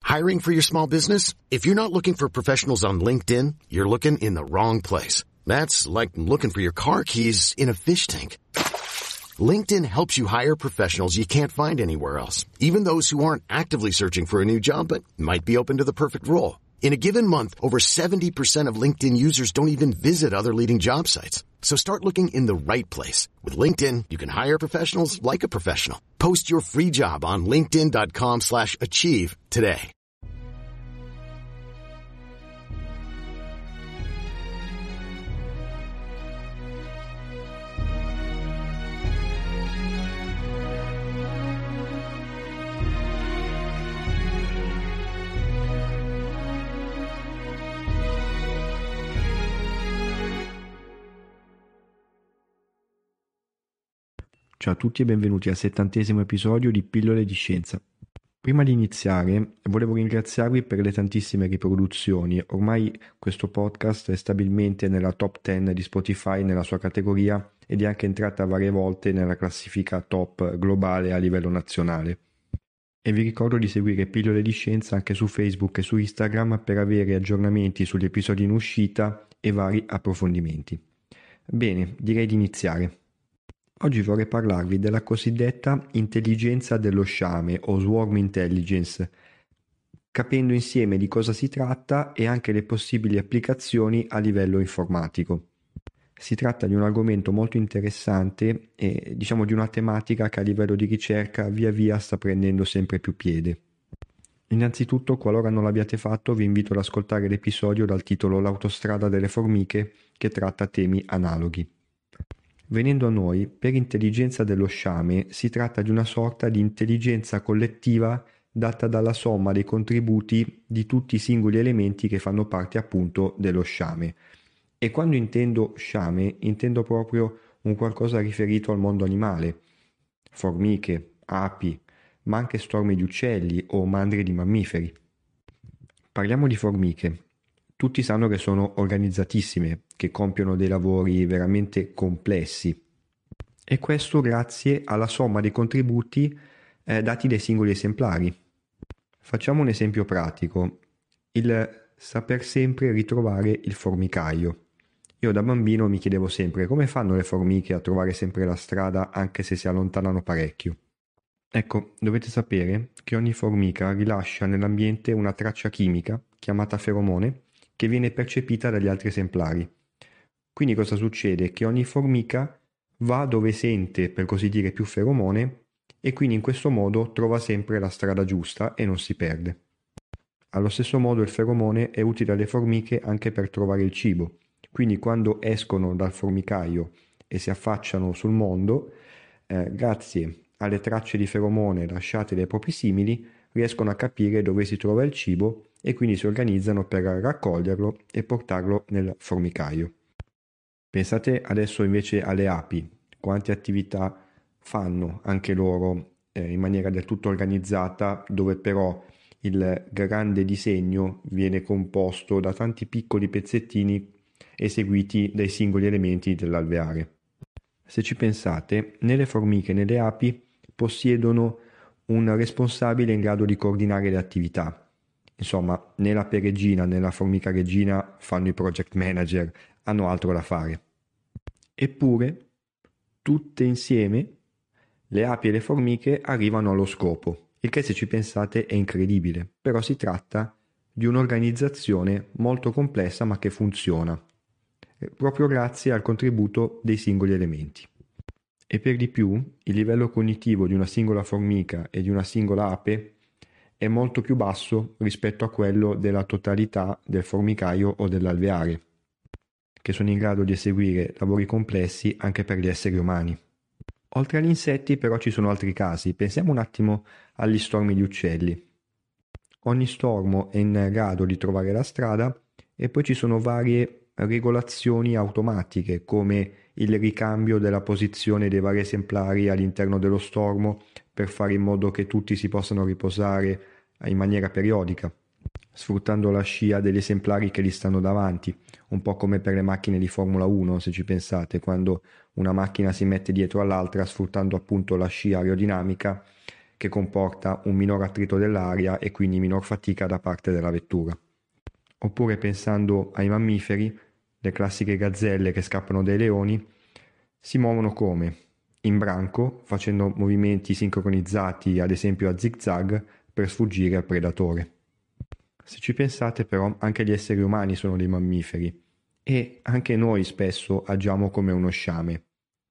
Hiring for your small business? If you're not looking for professionals on LinkedIn, you're looking in the wrong place. That's like looking for your car keys in a fish tank. LinkedIn helps you hire professionals you can't find anywhere else, even those who aren't actively searching for a new job but might be open to the perfect role. In a given month, over 70% of LinkedIn users don't even visit other leading job sites. So start looking in the right place. With LinkedIn, you can hire professionals like a professional. Post your free job on linkedin.com/achieve today. Ciao a tutti e benvenuti al 70° episodio di Pillole di Scienza. Prima di iniziare, volevo ringraziarvi per le tantissime riproduzioni. Ormai questo podcast è stabilmente nella top 10 di Spotify nella sua categoria ed è anche entrata varie volte nella classifica top globale a livello nazionale. E vi ricordo di seguire Pillole di Scienza anche su Facebook e su Instagram per avere aggiornamenti sugli episodi in uscita e vari approfondimenti. Bene, direi di iniziare. Oggi vorrei parlarvi della cosiddetta intelligenza dello sciame o swarm intelligence, capendo insieme di cosa si tratta e anche le possibili applicazioni a livello informatico. Si tratta di un argomento molto interessante e di una tematica che a livello di ricerca via via sta prendendo sempre più piede. Innanzitutto, qualora non l'abbiate fatto, vi invito ad ascoltare l'episodio dal titolo L'autostrada delle formiche, che tratta temi analoghi. Venendo a noi, per intelligenza dello sciame si tratta di una sorta di intelligenza collettiva data dalla somma dei contributi di tutti i singoli elementi che fanno parte appunto dello sciame. E quando intendo sciame, intendo proprio un qualcosa riferito al mondo animale, formiche, api, ma anche stormi di uccelli o mandrie di mammiferi. Parliamo di formiche. Tutti sanno che sono organizzatissime, che compiono dei lavori veramente complessi. E questo grazie alla somma dei contributi dati dai singoli esemplari. Facciamo un esempio pratico. Il saper sempre ritrovare il formicaio. Io da bambino mi chiedevo sempre come fanno le formiche a trovare sempre la strada anche se si allontanano parecchio. Ecco, dovete sapere che ogni formica rilascia nell'ambiente una traccia chimica chiamata feromone che viene percepita dagli altri esemplari. Quindi cosa succede? Che ogni formica va dove sente, per così dire, più feromone e quindi in questo modo trova sempre la strada giusta e non si perde. Allo stesso modo il feromone è utile alle formiche anche per trovare il cibo. Quindi quando escono dal formicaio e si affacciano sul mondo, grazie alle tracce di feromone lasciate dai propri simili, riescono a capire dove si trova il cibo e quindi si organizzano per raccoglierlo e portarlo nel formicaio. Pensate adesso invece alle api, quante attività fanno anche loro in maniera del tutto organizzata, dove però il grande disegno viene composto da tanti piccoli pezzettini eseguiti dai singoli elementi dell'alveare. Se ci pensate, né le formiche né le api possiedono un responsabile in grado di coordinare le attività. Insomma, né la peregina né la formica regina fanno i project manager, hanno altro da fare. Eppure, tutte insieme, le api e le formiche arrivano allo scopo, il che se ci pensate è incredibile, però si tratta di un'organizzazione molto complessa ma che funziona, proprio grazie al contributo dei singoli elementi. E per di più, il livello cognitivo di una singola formica e di una singola ape è molto più basso rispetto a quello della totalità del formicaio o dell'alveare, che sono in grado di eseguire lavori complessi anche per gli esseri umani. Oltre agli insetti però ci sono altri casi. Pensiamo un attimo agli stormi di uccelli. Ogni stormo è in grado di trovare la strada e poi ci sono varie regolazioni automatiche come il ricambio della posizione dei vari esemplari all'interno dello stormo per fare in modo che tutti si possano riposare in maniera periodica, sfruttando la scia degli esemplari che gli stanno davanti, un po' come per le macchine di Formula 1, se ci pensate, quando una macchina si mette dietro all'altra sfruttando appunto la scia aerodinamica che comporta un minor attrito dell'aria e quindi minor fatica da parte della vettura. Oppure pensando ai mammiferi, le classiche gazzelle che scappano dai leoni, si muovono come? In branco, facendo movimenti sincronizzati ad esempio a zig-zag per sfuggire al predatore. Se ci pensate però, anche gli esseri umani sono dei mammiferi e anche noi spesso agiamo come uno sciame.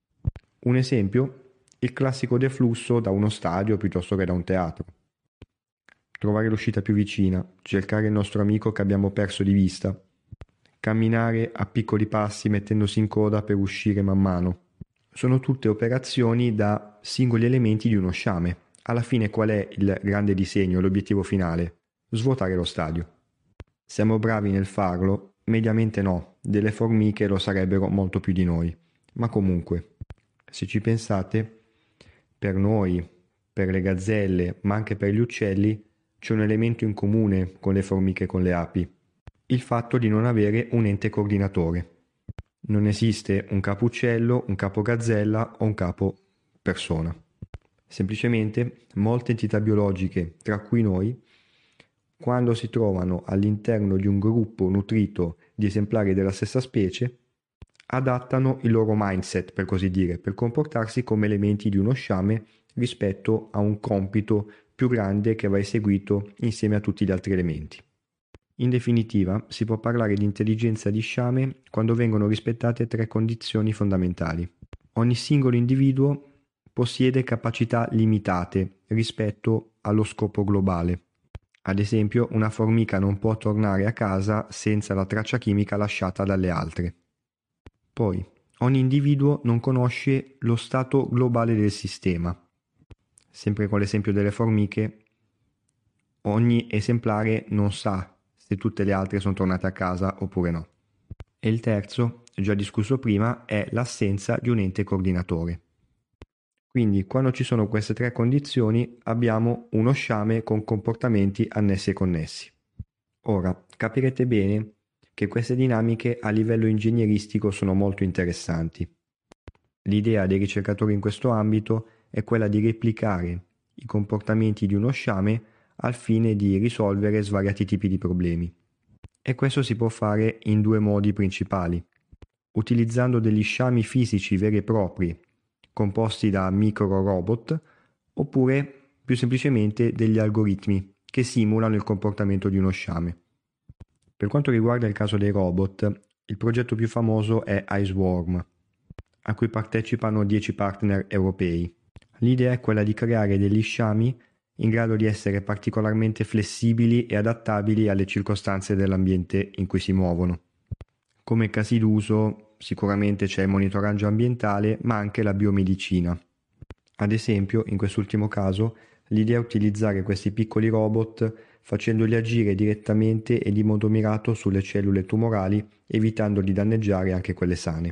Un esempio, il classico deflusso da uno stadio piuttosto che da un teatro. Trovare l'uscita più vicina, cercare il nostro amico che abbiamo perso di vista, camminare a piccoli passi mettendosi in coda per uscire man mano. Sono tutte operazioni da singoli elementi di uno sciame. Alla fine qual è il grande disegno, l'obiettivo finale? Svuotare lo stadio. Siamo bravi nel farlo? Mediamente no, delle formiche lo sarebbero molto più di noi. Ma comunque, se ci pensate, per noi, per le gazzelle, ma anche per gli uccelli, c'è un elemento in comune con le formiche e con le api. Il fatto di non avere un ente coordinatore. Non esiste un capo uccello, un capo gazzella o un capo persona. Semplicemente molte entità biologiche, tra cui noi, quando si trovano all'interno di un gruppo nutrito di esemplari della stessa specie, adattano il loro mindset, per così dire, per comportarsi come elementi di uno sciame rispetto a un compito più grande che va eseguito insieme a tutti gli altri elementi. In definitiva, si può parlare di intelligenza di sciame quando vengono rispettate 3 condizioni fondamentali. Ogni singolo individuo possiede capacità limitate rispetto allo scopo globale. Ad esempio, una formica non può tornare a casa senza la traccia chimica lasciata dalle altre. Poi, ogni individuo non conosce lo stato globale del sistema. Sempre con l'esempio delle formiche, ogni esemplare non sa se tutte le altre sono tornate a casa oppure no. E il terzo, già discusso prima, è l'assenza di un ente coordinatore. Quindi, quando ci sono queste 3 condizioni, abbiamo uno sciame con comportamenti annessi e connessi. Ora, capirete bene che queste dinamiche a livello ingegneristico sono molto interessanti. L'idea dei ricercatori in questo ambito è quella di replicare i comportamenti di uno sciame al fine di risolvere svariati tipi di problemi. E questo si può fare in 2 modi principali: utilizzando degli sciami fisici veri e propri, composti da micro robot, oppure più semplicemente degli algoritmi che simulano il comportamento di uno sciame. Per quanto riguarda il caso dei robot, il progetto più famoso è IceWorm, a cui partecipano 10 partner europei. L'idea è quella di creare degli sciami in grado di essere particolarmente flessibili e adattabili alle circostanze dell'ambiente in cui si muovono. Come casi d'uso sicuramente c'è il monitoraggio ambientale, ma anche la biomedicina. Ad esempio, in quest'ultimo caso, l'idea è utilizzare questi piccoli robot facendoli agire direttamente e di modo mirato sulle cellule tumorali, evitando di danneggiare anche quelle sane.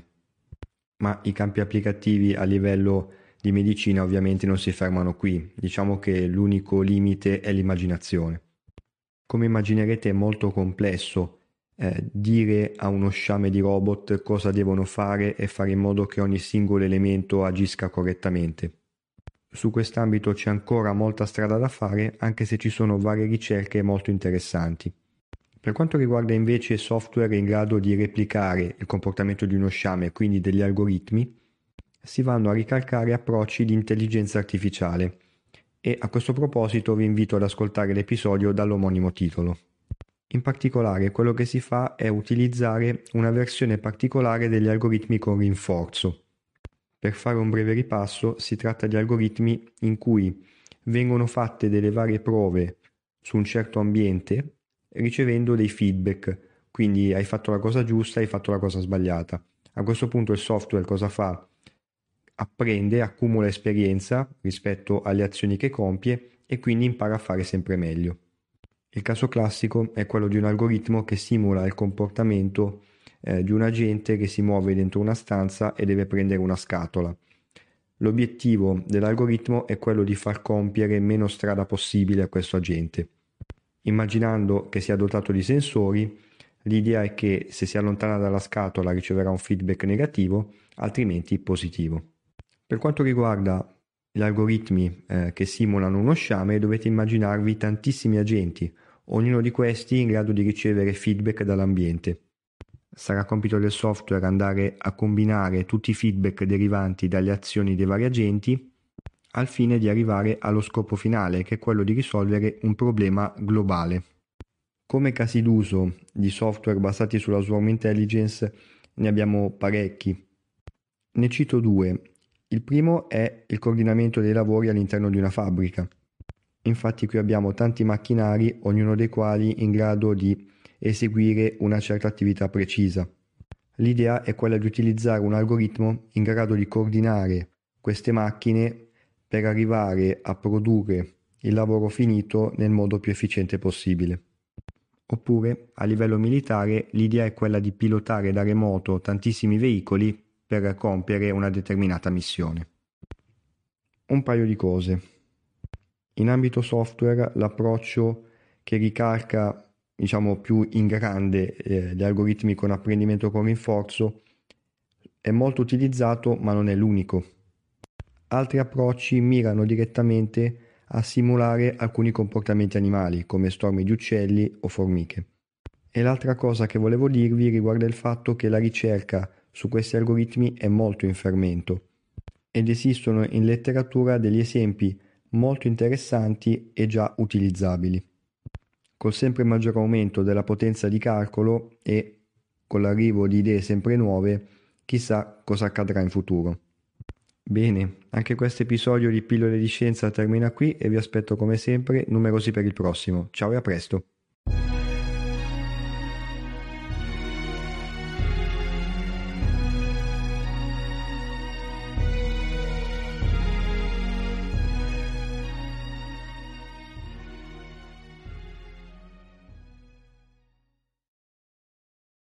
Ma i campi applicativi a livello di medicina ovviamente non si fermano qui, diciamo che l'unico limite è l'immaginazione. Come immaginerete è molto complesso dire a uno sciame di robot cosa devono fare e fare in modo che ogni singolo elemento agisca correttamente. Su quest'ambito c'è ancora molta strada da fare, anche se ci sono varie ricerche molto interessanti. Per quanto riguarda invece software in grado di replicare il comportamento di uno sciame, quindi degli algoritmi, si vanno a ricalcare approcci di intelligenza artificiale e a questo proposito vi invito ad ascoltare l'episodio dall'omonimo titolo. In particolare quello che si fa è utilizzare una versione particolare degli algoritmi con rinforzo. Per fare un breve ripasso, si tratta di algoritmi in cui vengono fatte delle varie prove su un certo ambiente ricevendo dei feedback, quindi hai fatto la cosa giusta, hai fatto la cosa sbagliata. A questo punto il software cosa fa? Apprende, accumula esperienza rispetto alle azioni che compie e quindi impara a fare sempre meglio. Il caso classico è quello di un algoritmo che simula il comportamento di un agente che si muove dentro una stanza e deve prendere una scatola. L'obiettivo dell'algoritmo è quello di far compiere meno strada possibile a questo agente. Immaginando che sia dotato di sensori, l'idea è che se si allontana dalla scatola riceverà un feedback negativo, altrimenti positivo. Per quanto riguarda gli algoritmi che simulano uno sciame, dovete immaginarvi tantissimi agenti, ognuno di questi in grado di ricevere feedback dall'ambiente. Sarà compito del software andare a combinare tutti i feedback derivanti dalle azioni dei vari agenti al fine di arrivare allo scopo finale, che è quello di risolvere un problema globale. Come casi d'uso di software basati sulla Swarm Intelligence ne abbiamo parecchi. Ne cito due. Il primo è il coordinamento dei lavori all'interno di una fabbrica. Infatti qui abbiamo tanti macchinari, ognuno dei quali in grado di eseguire una certa attività precisa. L'idea è quella di utilizzare un algoritmo in grado di coordinare queste macchine per arrivare a produrre il lavoro finito nel modo più efficiente possibile. Oppure, a livello militare, l'idea è quella di pilotare da remoto tantissimi veicoli per compiere una determinata missione. Un paio di cose. In ambito software, l'approccio che ricalca, più in grande gli algoritmi con apprendimento con rinforzo è molto utilizzato, ma non è l'unico. Altri approcci mirano direttamente a simulare alcuni comportamenti animali, come stormi di uccelli o formiche. E l'altra cosa che volevo dirvi riguarda il fatto che la ricerca su questi algoritmi è molto in fermento ed esistono in letteratura degli esempi molto interessanti e già utilizzabili. Col sempre maggior aumento della potenza di calcolo e con l'arrivo di idee sempre nuove, chissà cosa accadrà in futuro. Bene, anche questo episodio di Pillole di Scienza termina qui e vi aspetto come sempre numerosi per il prossimo. Ciao e a presto!